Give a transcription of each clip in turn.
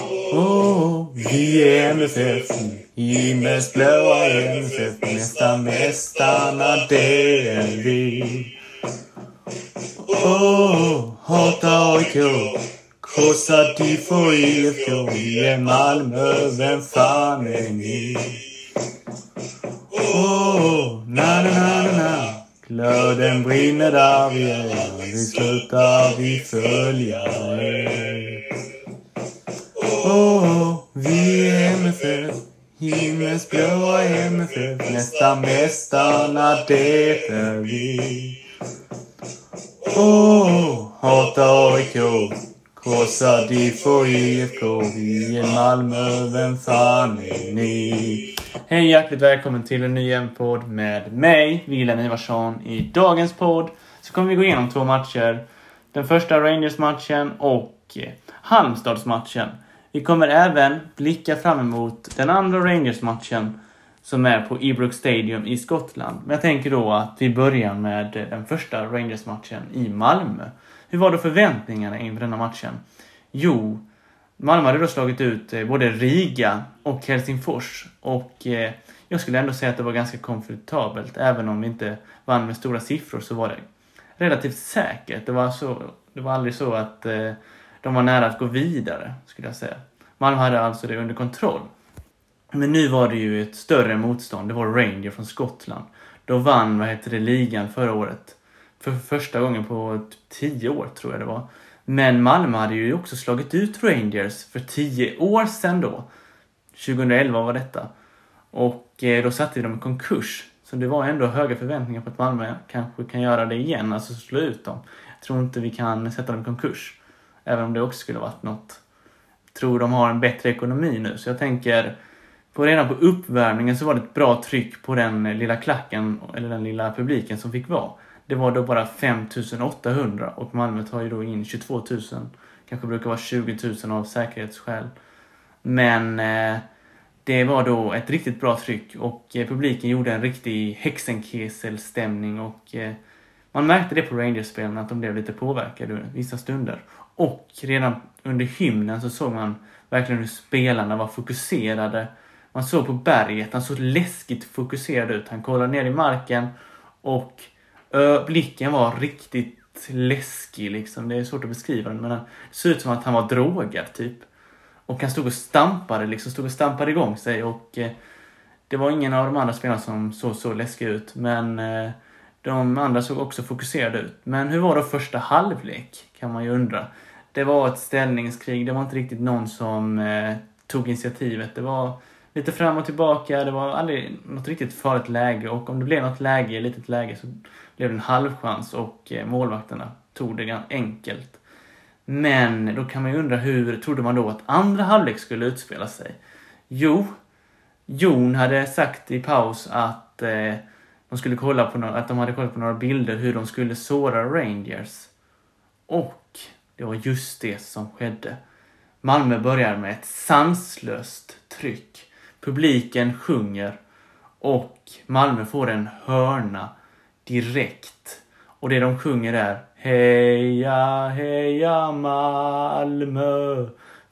Vi är MFF, himmelsblåa MFF, nästan mästarna det är vi. Hata AIK, krossa Tifo IFK, vi är Malmö, vem fan är ni? Na na na na na, glöden brinner där vi är, vi slutar vi följa er. Vi är MFF, himmelsblåa MFF, nästa mästarna det är vi. Hata AIK, krossa Tifo IFK, vi är Malmö, vem fan är ni? Hej, hjärtligt välkommen till en ny podd med mig, William Ivarsson. I dagens podd så kommer vi gå igenom 2 matcher. Den första Rangers-matchen och Halmstads-matchen. Vi kommer även blicka fram emot den andra Rangers-matchen som är på Ibrox Stadium i Skottland. Men jag tänker då att vi börjar med den första Rangers-matchen i Malmö. Hur var då förväntningarna inför denna matchen? Jo, Malmö hade då slagit ut både Riga och Helsingfors. Och jag skulle ändå säga att det var ganska komfortabelt. Även om vi inte vann med stora siffror så var det relativt säkert. Det var aldrig så att de var nära att gå vidare, skulle jag säga. Malmö hade alltså det under kontroll. Men nu var det ju ett större motstånd. Det var Rangers från Skottland. Då vann, ligan förra året. För första gången på 10 år tror jag det var. Men Malmö hade ju också slagit ut Rangers för 10 år sedan då. 2011 var detta. Och då satte de i konkurs. Så det var ändå höga förväntningar på att Malmö kanske kan göra det igen. Alltså slå ut dem. Jag tror inte vi kan sätta dem i konkurs. Även om det också skulle varit något. Jag tror de har en bättre ekonomi nu. Så jag tänker, redan på uppvärmningen så var det ett bra tryck på den lilla klacken. Eller den lilla publiken som fick vara. Det var då bara 5800 och Malmö tar ju då in 22 000. Kanske brukar vara 20 000 av säkerhetsskäl. Men det var då ett riktigt bra tryck och publiken gjorde en riktig Hexenkessel-stämning. Och man märkte det på Rangers-spelen att de blev lite påverkade vissa stunder. Och redan under hymnen så såg man verkligen hur spelarna var fokuserade. Man såg på berget, han såg läskigt fokuserad ut. Han kollade ner i marken och blicken var riktigt läskig liksom. Det är svårt att beskriva den, men det såg ut som att han var drogad typ. Och han stod och stampade igång sig. Och det var ingen av de andra spelarna som såg så läskig ut. Men de andra såg också fokuserade ut. Men hur var då första halvlek kan man ju undra. Det var ett ställningskrig. Det var inte riktigt någon som tog initiativet. Det var lite fram och tillbaka. Det var aldrig något riktigt farligt läge. Och om det blev något läge, litet läge, så blev det en halvchans. Och målvakterna tog det ganska enkelt. Men då kan man ju undra, hur trodde man då att andra halvlek skulle utspela sig? Jo, Jon hade sagt i paus att de hade kollat på några bilder hur de skulle såra Rangers. Och det var just det som skedde. Malmö börjar med ett sanslöst tryck. Publiken sjunger och Malmö får en hörna direkt. Och det de sjunger är: heja, heja Malmö,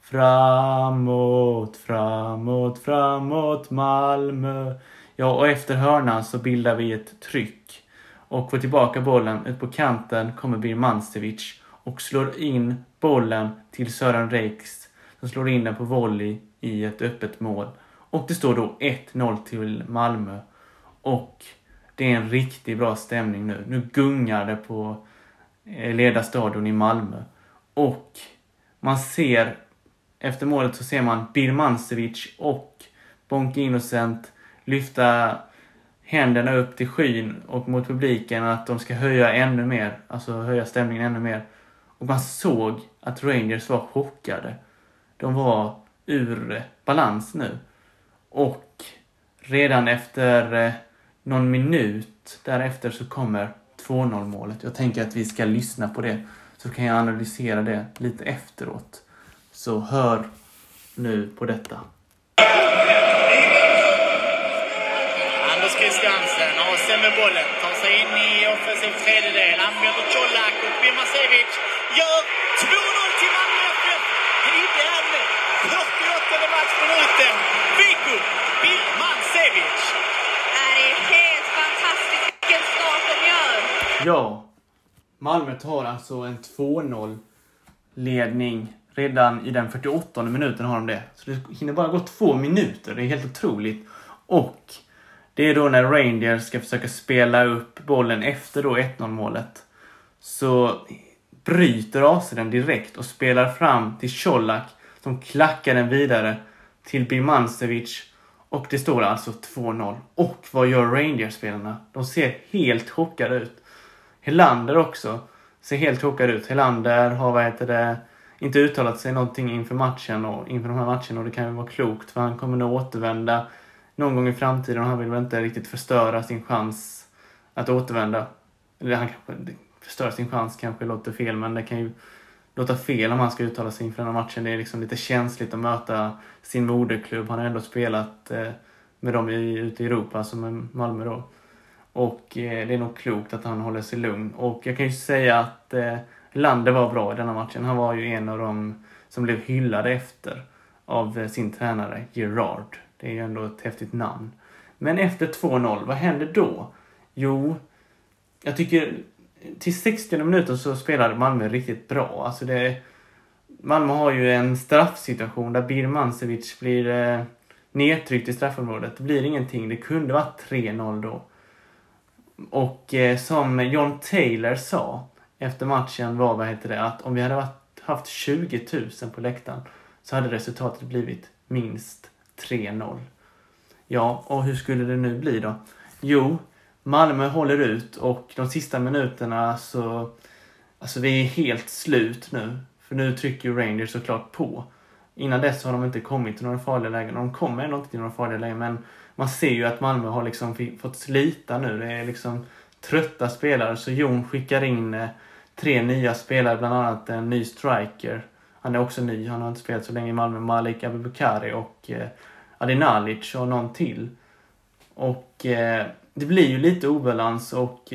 framåt, framåt, framåt Malmö. Ja, och efter hörnan så bildar vi ett tryck och får tillbaka bollen. Ut på kanten kommer Birmancevic och slår in bollen till Sören Reiks, som slår in den på volley i ett öppet mål. Och det står då 1-0 till Malmö. Och det är en riktigt bra stämning nu. Nu gungar det på ledarstadion i Malmö. Och man ser, efter målet så ser man Birmancevic och Bonke Innocent lyfta händerna upp till skyn och mot publiken att de ska höja ännu mer. Alltså höja stämningen ännu mer. Och man såg att Rangers var chockade. De var ur balans nu. Och redan efter någon minut därefter så kommer 2-0 målet. Jag tänker att vi ska lyssna på det, så kan jag analysera det lite efteråt. Så hör nu på detta. Anders Christiansen har sig med bollen, tar sig in i offensiv tredjedel, använder Colak och Birmancevic gör 2-0 till Malmö FF i den Ja, Malmö tar alltså en 2-0 ledning redan i den 48:e minuten har de det. Så det hinner bara gå 2 minuter, det är helt otroligt. Och det är då när Rangers ska försöka spela upp bollen efter då 1-0 målet. Så bryter AC den direkt och spelar fram till Colak som klackar den vidare till Birmancevic. Och det står alltså 2-0. Och vad gör Rangers-spelarna? De ser helt chockade ut. Helander också ser helt chockad ut. Helander har inte uttalat sig någonting inför matchen och inför de här matcherna. Och det kan ju vara klokt för han kommer nog återvända någon gång i framtiden. Och han vill väl inte riktigt förstöra sin chans att återvända. Eller han kanske förstöra sin chans kanske låter fel. Men det kan ju låta fel om han ska uttala sig inför den här matchen. Det är liksom lite känsligt att möta sin moderklubb. Han har ändå spelat med dem ute i Europa som är Malmö då. Och det är nog klokt att han håller sig lugn. Och jag kan ju säga att Lander var bra i denna matchen. Han var ju en av dem som blev hyllade efter av sin tränare Gerard. Det är ju ändå ett häftigt namn. Men efter 2-0, vad händer då? Jo, jag tycker till 60 minuter så spelade Malmö riktigt bra. Alltså Malmö har ju en straffsituation där Birmancevic blir nedtryckt i straffområdet. Det blir ingenting. Det kunde vara 3-0 då. Och som John Taylor sa efter matchen var att om vi hade haft 20 000 på läktaren så hade resultatet blivit minst 3-0. Ja, och hur skulle det nu bli då? Jo, Malmö håller ut och de sista minuterna så... Alltså vi är helt slut nu. För nu trycker ju Rangers såklart på. Innan dess har de inte kommit till några farliga lägen. De kommer ändå inte till några farliga lägen. Men man ser ju att Malmö har liksom fått slita nu. Det är liksom trötta spelare. Så Jon skickar in 3 nya spelare. Bland annat en ny striker. Han är också ny. Han har inte spelat så länge i Malmö. Malik Abubakari och Adi Nalic och någon till. Och det blir ju lite obalans. Och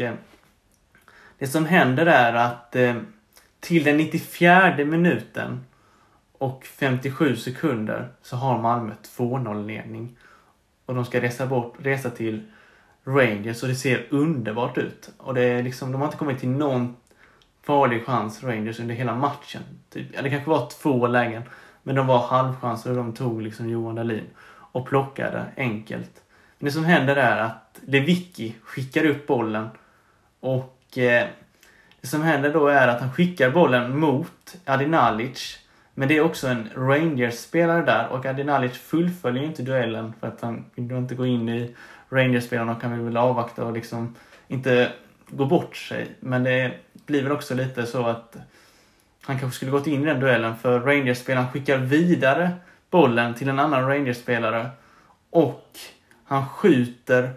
det som händer är att till den 94:e minuten och 57 sekunder så har Malmö 2-0-ledning. Och de ska resa till Rangers och det ser underbart ut. Och det är liksom, de har inte kommit till någon farlig chans Rangers under hela matchen. Typ. Ja, det kanske var 2 lägen. Men de var halvchanser och de tog liksom Johan Dahlin och plockade enkelt. Men det som händer är att Lewicki skickar upp bollen. Och det som händer då är att han skickar bollen mot Adi Nalic. Men det är också en Rangers-spelare där. Och Adi Nalic fullföljer inte duellen. För att han vill inte gå in i Rangers-spelarna. Och kan vi väl avvakta och liksom inte gå bort sig. Men det blir väl också lite så att han kanske skulle gått in i den duellen. För Rangers-spelaren skickar vidare bollen till en annan Rangers-spelare. Och han skjuter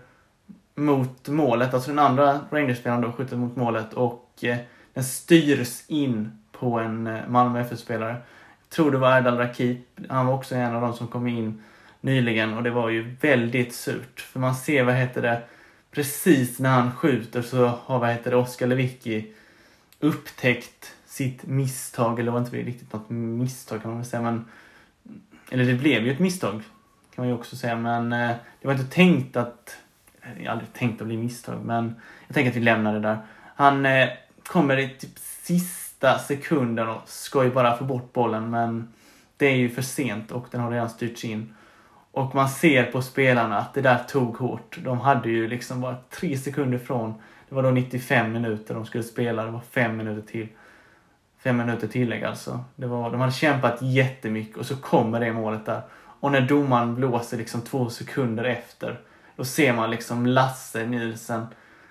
mot målet. Alltså den andra Rangers-spelaren då skjuter mot målet. Och den styrs in på en Malmö FF-spelare. Jag tror det var Erdal Rakip. Han var också en av de som kom in nyligen. Och det var ju väldigt surt. För man ser precis när han skjuter så har Oskar Lewicki upptäckt sitt misstag. Eller var inte riktigt något misstag kan man väl säga. Men, eller det blev ju ett misstag kan man ju också säga. Men det var inte tänkt att... Jag har aldrig tänkt att bli misstag. Men jag tänker att vi lämnar det där. Han kommer i typ sista sekunden och ska ju bara få bort bollen. Men det är ju för sent och den har redan styrts in. Och man ser på spelarna att det där tog hårt. De hade ju liksom bara 3 sekunder från. Det var då 95 minuter de skulle spela. Det var 5 minuter till. 5 minuter tillägg alltså. De hade kämpat jättemycket och så kommer det målet där. Och när domaren blåser liksom 2 sekunder efter. Då ser man liksom Lasse Nielsen.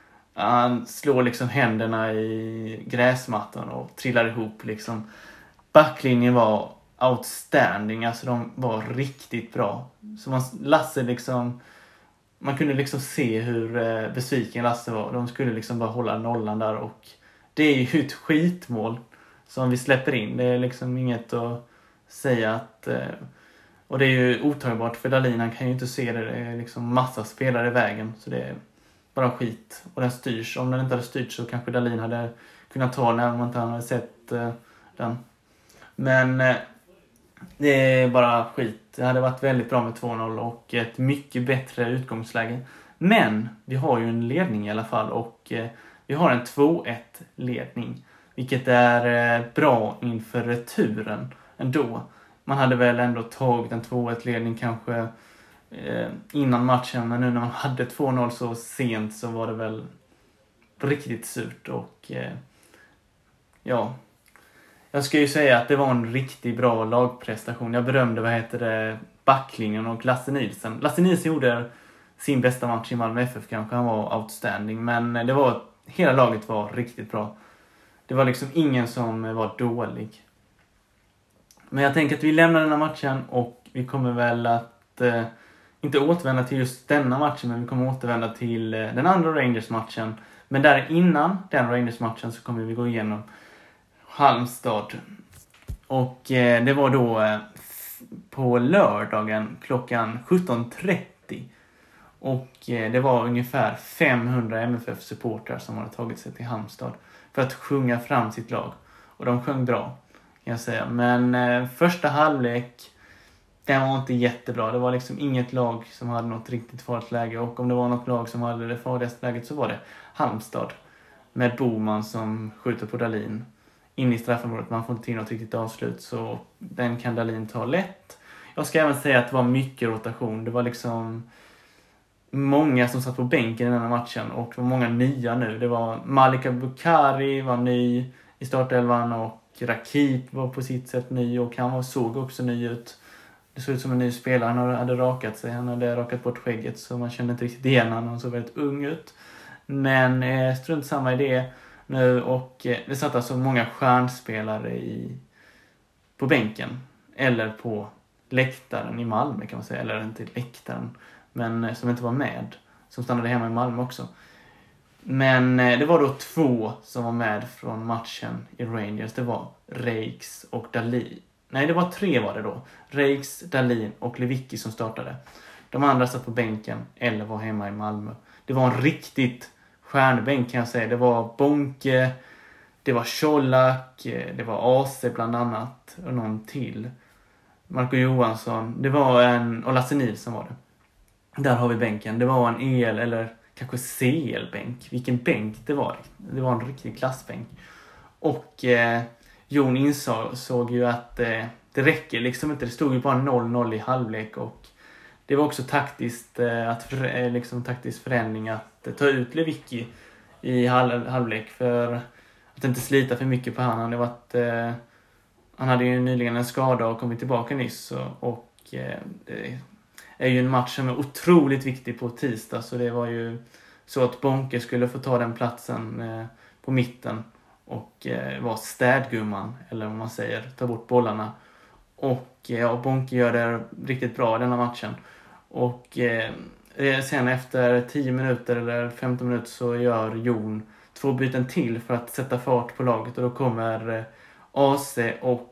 Han slår liksom händerna i gräsmattan och trillar ihop liksom. Backlinjen var outstanding. Alltså de var riktigt bra. Så Lasse liksom... Man kunde liksom se hur besviken Lasse var. De skulle liksom bara hålla nollan där. Och det är ju ett skitmål som vi släpper in. Det är liksom inget att säga att... Och det är ju otagbart för Dahlin. Han kan ju inte se det. Det är liksom massa spelare i vägen. Så det är bara skit. Och den styrs. Om den inte hade styrt så kanske Dahlin hade kunnat ta den. Om inte han hade sett den. Men det är bara skit. Det hade varit väldigt bra med 2-0. Och ett mycket bättre utgångsläge. Men vi har ju en ledning i alla fall. Och Vi har en 2-1-ledning. Vilket är bra inför returen ändå. Man hade väl ändå tagit en 2-1-ledning kanske innan matchen. Men nu när man hade 2-0 så sent så var det väl riktigt surt. Och ja, jag ska ju säga att det var en riktigt bra lagprestation. Jag berömde backlinjen och Lasse Nilsson. Lasse Nilsson gjorde sin bästa match i Malmö FF kanske. Han var outstanding. Men hela laget var riktigt bra. Det var liksom ingen som var dålig. Men jag tänker att vi lämnar den här matchen och vi kommer väl att inte återvända till just denna matchen, men vi kommer återvända till den andra Rangers-matchen. Men där innan den Rangers-matchen så kommer vi gå igenom Halmstad. Och det var då på lördagen klockan 17:30. Och det var ungefär 500 MFF-supportrar som hade tagit sig till Halmstad för att sjunga fram sitt lag. Och de sjöng bra, kan jag säga. Men första halvlek, den var inte jättebra. Det var liksom inget lag som hade något riktigt farligt läge. Och om det var något lag som hade det farligaste läget så var det Halmstad. Med Boman som skjuter på Dahlin in i straffområdet. Man får inte till något riktigt avslut, så den kan Dahlin ta lätt. Jag ska även säga att det var mycket rotation. Det var liksom många som satt på bänken i den här matchen. Och det var många nya nu. Det var Malika Bukhari var ny i startelvan. Och Rakip var på sitt sätt ny. Och han såg också ny ut. Det såg ut som en ny spelare. Han hade rakat sig. Han hade rakat bort skägget. Så man kände inte riktigt igen honom. Han såg väldigt ung ut. Men strunt samma idé nu. Och det satt alltså många stjärnspelare på bänken. Eller på läktaren i Malmö kan man säga. Eller inte läktaren. Men som inte var med. Som stannade hemma i Malmö också. Men det var då 2 som var med från matchen i Rangers. Det var Reiks och Dahlin. Nej, det var 3 var det då. Reiks, Dahlin och Lewicki som startade. De andra satt på bänken eller var hemma i Malmö. Det var en riktigt stjärnbänk kan jag säga. Det var Bonke, det var Colak, det var AC bland annat och någon till. Marco Johansson, det var och Lasse Nilsson var det. Där har vi bänken. Det var en EL eller kanske CL-bänk. Vilken bänk det var. Det var en riktig klassbänk. Och Jon insåg ju att det räcker liksom inte. Det stod ju bara 0-0 i halvlek. Och det var också taktisk förändring att ta ut Lewicki i halvlek. För att inte slita för mycket på han. Han hade ju nyligen en skada och kommit tillbaka nyss. Och det är ju en match som är otroligt viktig på tisdag. Så det var ju så att Bonke skulle få ta den platsen på mitten. Och vara städgumman, eller vad man säger, ta bort bollarna. Och Bonke gör det riktigt bra i denna matchen. Och sen efter 10 minuter eller 15 minuter så gör Jon 2 byten till för att sätta fart på laget. Och då kommer AC och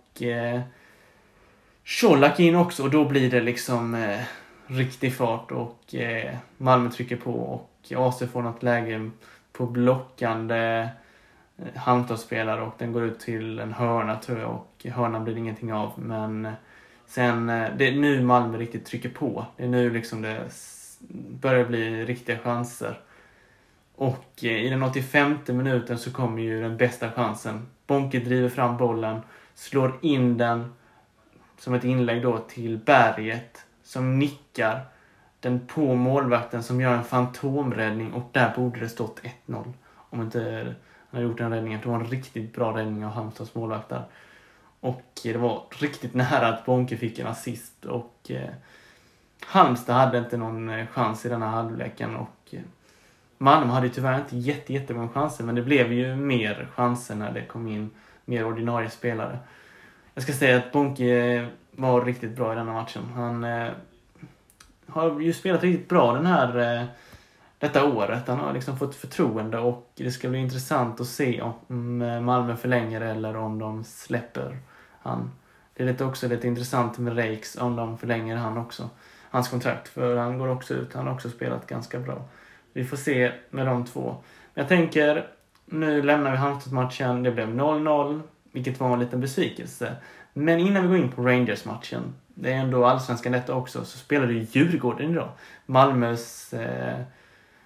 Colak in också. Och då blir det liksom riktig fart och Malmö trycker på. Och AC får något läge på blockande Halmstad-spelare och den går ut till en hörna tror jag. Och hörnan blir ingenting av. Men sen, det är nu Malmö riktigt trycker på. Det är nu liksom det börjar bli riktiga chanser. Och i den 85:e minuten så kommer ju den bästa chansen. Bonke driver fram bollen, slår in den som ett inlägg då till Berget som nickar den på målvakten som gör en fantomräddning. Och där borde det stått 1-0 om inte han hade gjort den räddningen. Det var en riktigt bra räddning av Halmstads målvakt där. Och det var riktigt nära att Bonke fick en assist. Och Halmstad hade inte någon chans i den här halvleken. Och Malmö hade tyvärr inte jättemånga chanser. Men det blev ju mer chanser när det kom in mer ordinarie spelare. Jag ska säga att Bonke var riktigt bra i den här matchen. Han har ju spelat riktigt bra detta året. Han har liksom fått förtroende och det ska bli intressant att se om Malmö förlänger eller om de släpper han. Det är också lite intressant med Reiks om de förlänger han också. Hans kontrakt, för han går också ut. Han har också spelat ganska bra. Vi får se med de två. Men jag tänker, nu lämnar vi Halmstad-matchen. Det blev 0-0, vilket var en liten besvikelse. Men innan vi går in på Rangers-matchen, det är ändå allsvenskan detta också, så spelade Djurgården idag. Malmös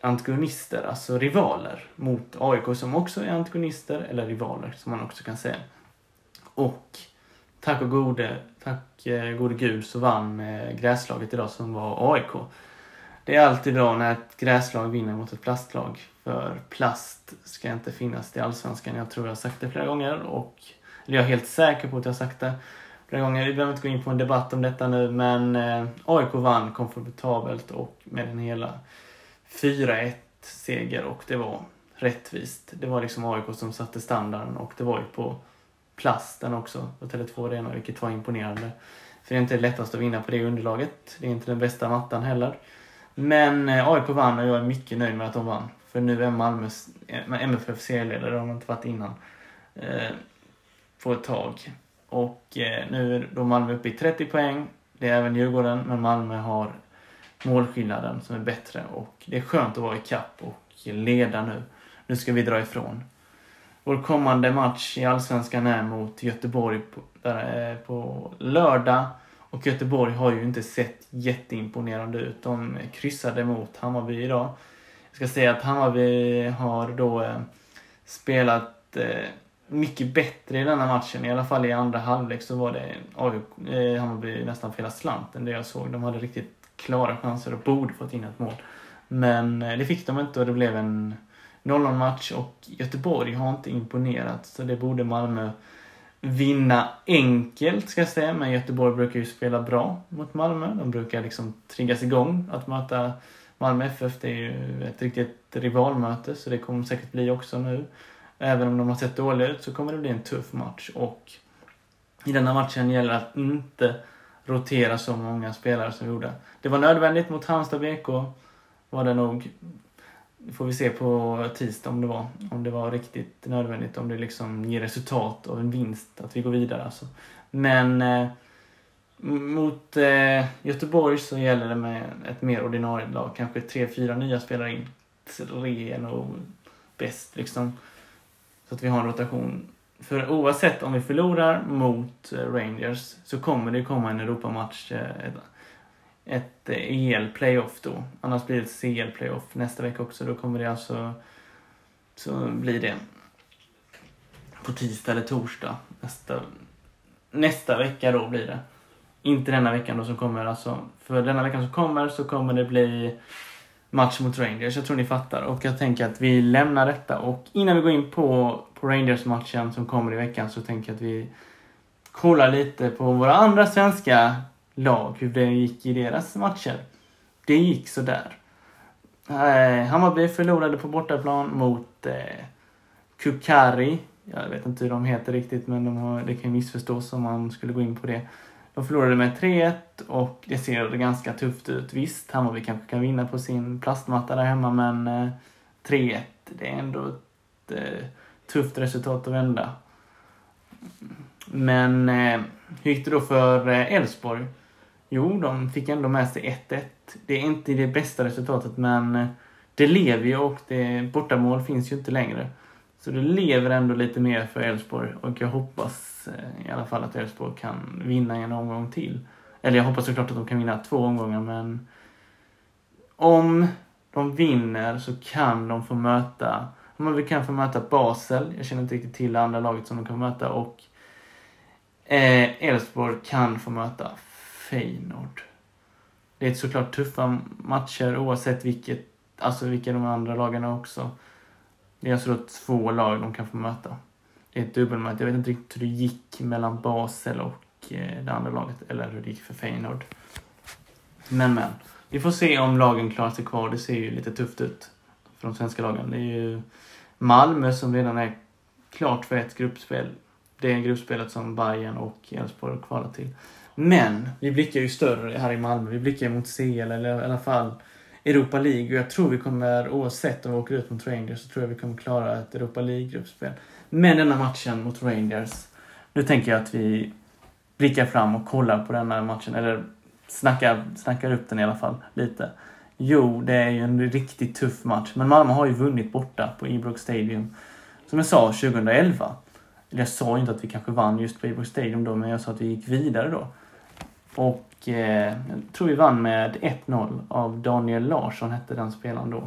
antagonister, alltså rivaler mot AIK som också är antagonister eller rivaler som man också kan säga. Och tack gode gud så vann gräslaget idag som var AIK. Det är alltid bra när ett gräslag vinner mot ett plastlag, för plast ska inte finnas i Allsvenskan. Jag tror jag har sagt det flera gånger, eller jag är helt säker på att jag har sagt det flera gånger. Vi behöver inte gå in på en debatt om detta nu, men AIK vann komfortabelt och med en hela 4-1 seger, och det var rättvist. Det var liksom AIK som satte standarden, och det var ju på plasten också på Tele2 Arena, vilket var imponerande. För det är inte lättast att vinna på det underlaget. Det är inte den bästa mattan heller. Men AIK vann och jag är mycket nöjd med att de vann. För nu är MFF serieledare, det har de inte varit innan på ett tag. Och nu är då Malmö uppe i 30 poäng. Det är även Djurgården, men Malmö har målskillnaden som är bättre. Och det är skönt att vara i kapp och leda nu. Nu ska vi dra ifrån. Vår kommande match i Allsvenskan är mot Göteborg på lördag. Och Göteborg har ju inte sett jätteimponerande ut. De kryssade mot Hammarby idag. Jag ska säga att Hammarby har då spelat mycket bättre i denna matchen. I alla fall i andra halvlek så var det Hammarby nästan fel slant än det jag såg. De hade riktigt klara chanser och borde fått in ett mål. Men det fick de inte och det blev en 0-0-match. Och Göteborg har inte imponerat, så det borde Malmö vinna enkelt, ska jag säga. Men Göteborg brukar ju spela bra mot Malmö. De brukar liksom triggas igång att möta Malmö FF. Det är ju ett riktigt rivalmöte, så det kommer säkert bli också nu. Även om de har sett dåligt ut så kommer det bli en tuff match. Och i denna matchen gäller att inte rotera så många spelare som gjorde. Det var nödvändigt mot Halmstad BK. Var det nog. Får vi se på tisdag om det var riktigt nödvändigt, om det liksom ger resultat av en vinst att vi går vidare alltså. Men mot Göteborg så gäller det med ett mer ordinarie lag, kanske 3-4 nya spelare in. 3 är nog bäst liksom, så att vi har en rotation. För oavsett om vi förlorar mot Rangers så kommer det komma en Europamatch, ett EL-playoff då. Annars blir det ett CL-playoff nästa vecka också. Då kommer det alltså, så blir det på tisdag eller torsdag nästa vecka då blir det. Inte denna veckan då som kommer alltså. För denna veckan som kommer så kommer det bli match mot Rangers. Jag tror ni fattar. Och jag tänker att vi lämnar detta. Och innan vi går in på Rangers-matchen som kommer i veckan så tänker jag att vi kollar lite på våra andra svenska lag, hur det gick i deras matcher. Det gick så där. Hammarby förlorade på bortaplan mot Kukari. Jag vet inte hur de heter riktigt, men det kan missförstås om man skulle gå in på det. De förlorade med 3-1 och det ser ganska tufft ut. Visst, Hammarby kanske kan vinna på sin plastmatta där hemma, men 3-1, det är ändå ett tufft resultat att vända. Men hur gick det då för Elfsborg? Jo, de fick ändå med sig 1-1. Det är inte det bästa resultatet, men det lever ju och det bortamål finns ju inte längre. Så det lever ändå lite mer för Elfsborg och jag hoppas i alla fall att Elfsborg kan vinna en omgång till. Eller jag hoppas såklart att de kan vinna 2 omgångar, men om de vinner så kan de få möta, om vi kan få möta Basel. Jag känner inte riktigt till det andra laget som de kan möta, och Elfsborg kan få möta Feyenoord. Det är såklart tuffa matcher oavsett vilka de andra lagarna också. Det är alltså då 2 lag de kan få möta. Det är ett dubbelmöte. Jag vet inte riktigt hur det gick mellan Basel och det andra laget, eller hur det gick för Feyenoord. Men. Vi får se om lagen klarar sig kvar. Det ser ju lite tufft ut för de svenska lagen. Det är ju Malmö som redan är klart för ett gruppspel. Det är gruppspelet som Bayern och Elfsborg kvalar till. Men vi blickar ju större här i Malmö. Vi blickar mot CL eller i alla fall Europa League. Och jag tror vi kommer, oavsett om vi åker ut mot Rangers, så tror jag vi kommer klara ett Europa League-gruppspel. Men denna matchen mot Rangers, nu tänker jag att vi blickar fram och kollar på denna matchen. Eller snackar upp den i alla fall lite. Jo, det är ju en riktigt tuff match. Men Malmö har ju vunnit borta på Ibrox Stadium. Som jag sa, 2011. Jag sa inte att vi kanske vann just på Ibrox Stadium då, men jag sa att vi gick vidare då. Och jag tror vi vann med 1-0 av Daniel Larsson, hette den spelaren då.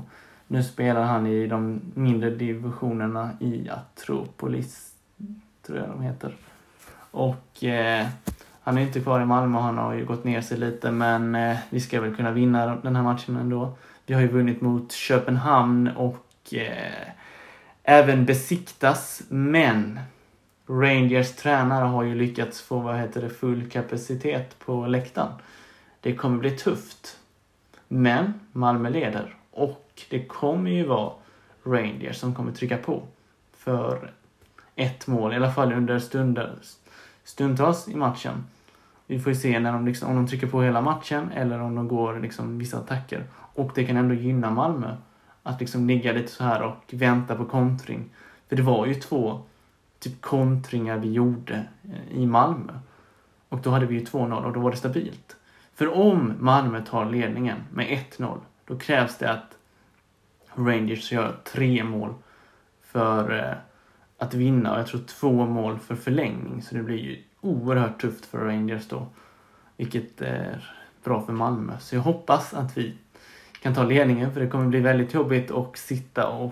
Nu spelar han i de mindre divisionerna i Atropolis, tror jag de heter. Och han är inte kvar i Malmö, han har ju gått ner sig lite, men vi ska väl kunna vinna den här matchen ändå. Vi har ju vunnit mot Köpenhamn och även Besiktas, men Rangers tränare har ju lyckats få full kapacitet på läktaren. Det kommer bli tufft. Men Malmö leder och det kommer ju vara Rangers som kommer trycka på för ett mål, i alla fall under stundtals i matchen. Vi får ju se när om de trycker på hela matchen eller om de går vissa attacker. Och det kan ändå gynna Malmö att ligga lite så här och vänta på kontring. För det var ju 2 kontringar vi gjorde i Malmö. Och då hade vi ju 2-0 och då var det stabilt. För om Malmö tar ledningen med 1-0, då krävs det att Rangers gör 3 mål för att vinna. Och jag tror 2 mål för förlängning. Så det blir ju oerhört tufft för Rangers då. Vilket är bra för Malmö. Så jag hoppas att vi kan ta ledningen. För det kommer bli väldigt jobbigt att sitta och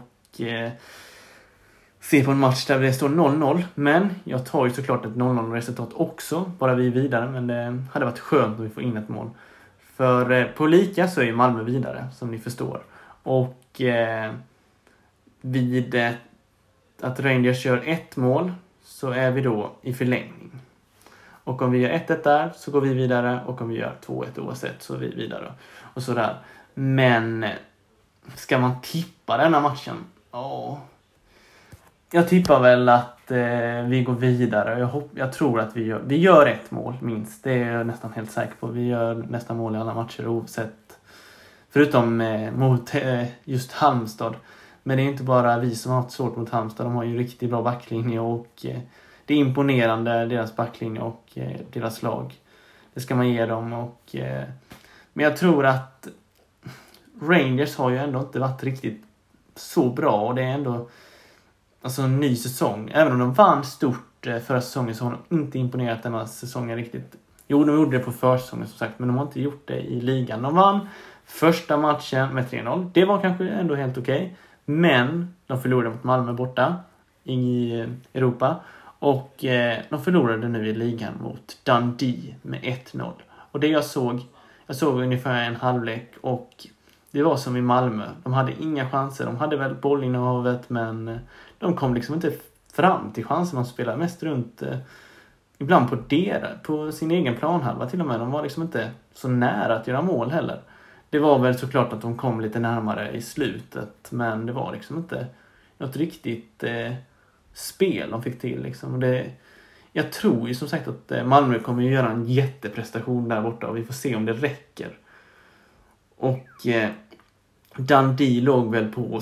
se på en match där det står 0-0. Men jag tar ju såklart ett 0-0 resultat också. Bara vi är vidare. Men det hade varit skönt om vi får in ett mål. För på lika så är Malmö vidare, som ni förstår. Och vid att Rangers gör 1 mål så är vi då i förlängning. Och om vi gör 1-1 där så går vi vidare. Och om vi gör 2-1 oavsett så är vi vidare. Och sådär. Men ska man tippa den här matchen? Ja. Jag tippar väl att vi går vidare. Jag tror att vi gör 1 mål minst. Det är jag nästan helt säker på. Vi gör nästan mål i alla matcher oavsett. Förutom mot just Halmstad. Men det är inte bara vi som har haft svårt mot Halmstad. De har ju riktigt bra backlinje och det är imponerande, deras backlinje och deras lag. Det ska man ge dem. Men jag tror att Rangers har ju ändå inte varit riktigt så bra. Och det är ändå en ny säsong. Även om de vann stort förra säsongen så har de inte imponerat den här säsongen riktigt. Jo, de gjorde det på försäsongen som sagt. Men de har inte gjort det i ligan. De vann första matchen med 3-0. Det var kanske ändå helt okej. Men de förlorade mot Malmö borta i Europa. Och de förlorade nu i ligan mot Dundee med 1-0. Och det jag såg ungefär en halvlek och det var som i Malmö. De hade inga chanser. De hade väl bollinnehavet men de kom inte fram till chanser. Man spelade mest runt ibland på sin egen planhalva till och med. De var inte så nära att göra mål heller. Det var väl såklart att de kom lite närmare i slutet. Men det var inte något riktigt spel de fick till. Jag tror ju som sagt att Malmö kommer att göra en jätteprestation där borta. Och vi får se om det räcker. Och Dundee låg väl på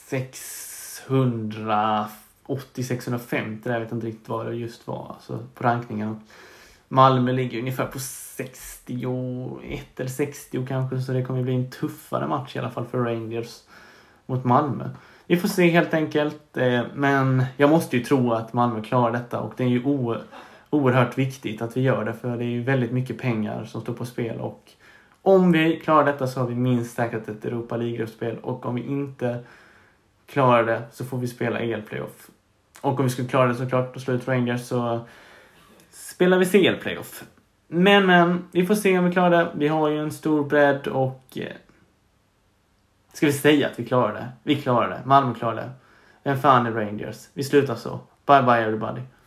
680-650. Jag vet inte riktigt vad det just var på rankningen. Malmö ligger ungefär på 61 eller 60 kanske. Så det kommer bli en tuffare match i alla fall för Rangers mot Malmö. Vi får se helt enkelt. Men jag måste ju tro att Malmö klarar detta. Och det är ju oerhört viktigt att vi gör det. För det är ju väldigt mycket pengar som står på spel. Och om vi klarar detta så har vi minst säkert ett Europa League-gruppspel. Och om vi inte klarar det så får vi spela EL-playoff. Och om vi skulle klara det såklart och slå ut Rangers så spelar vi CL-playoff. Men, vi får se om vi klarar det. Vi har ju en stor bredd och ska vi säga att vi klarar det? Vi klarar det. Malmö klarar det. Vem fan är Rangers? Vi slutar så. Bye bye everybody.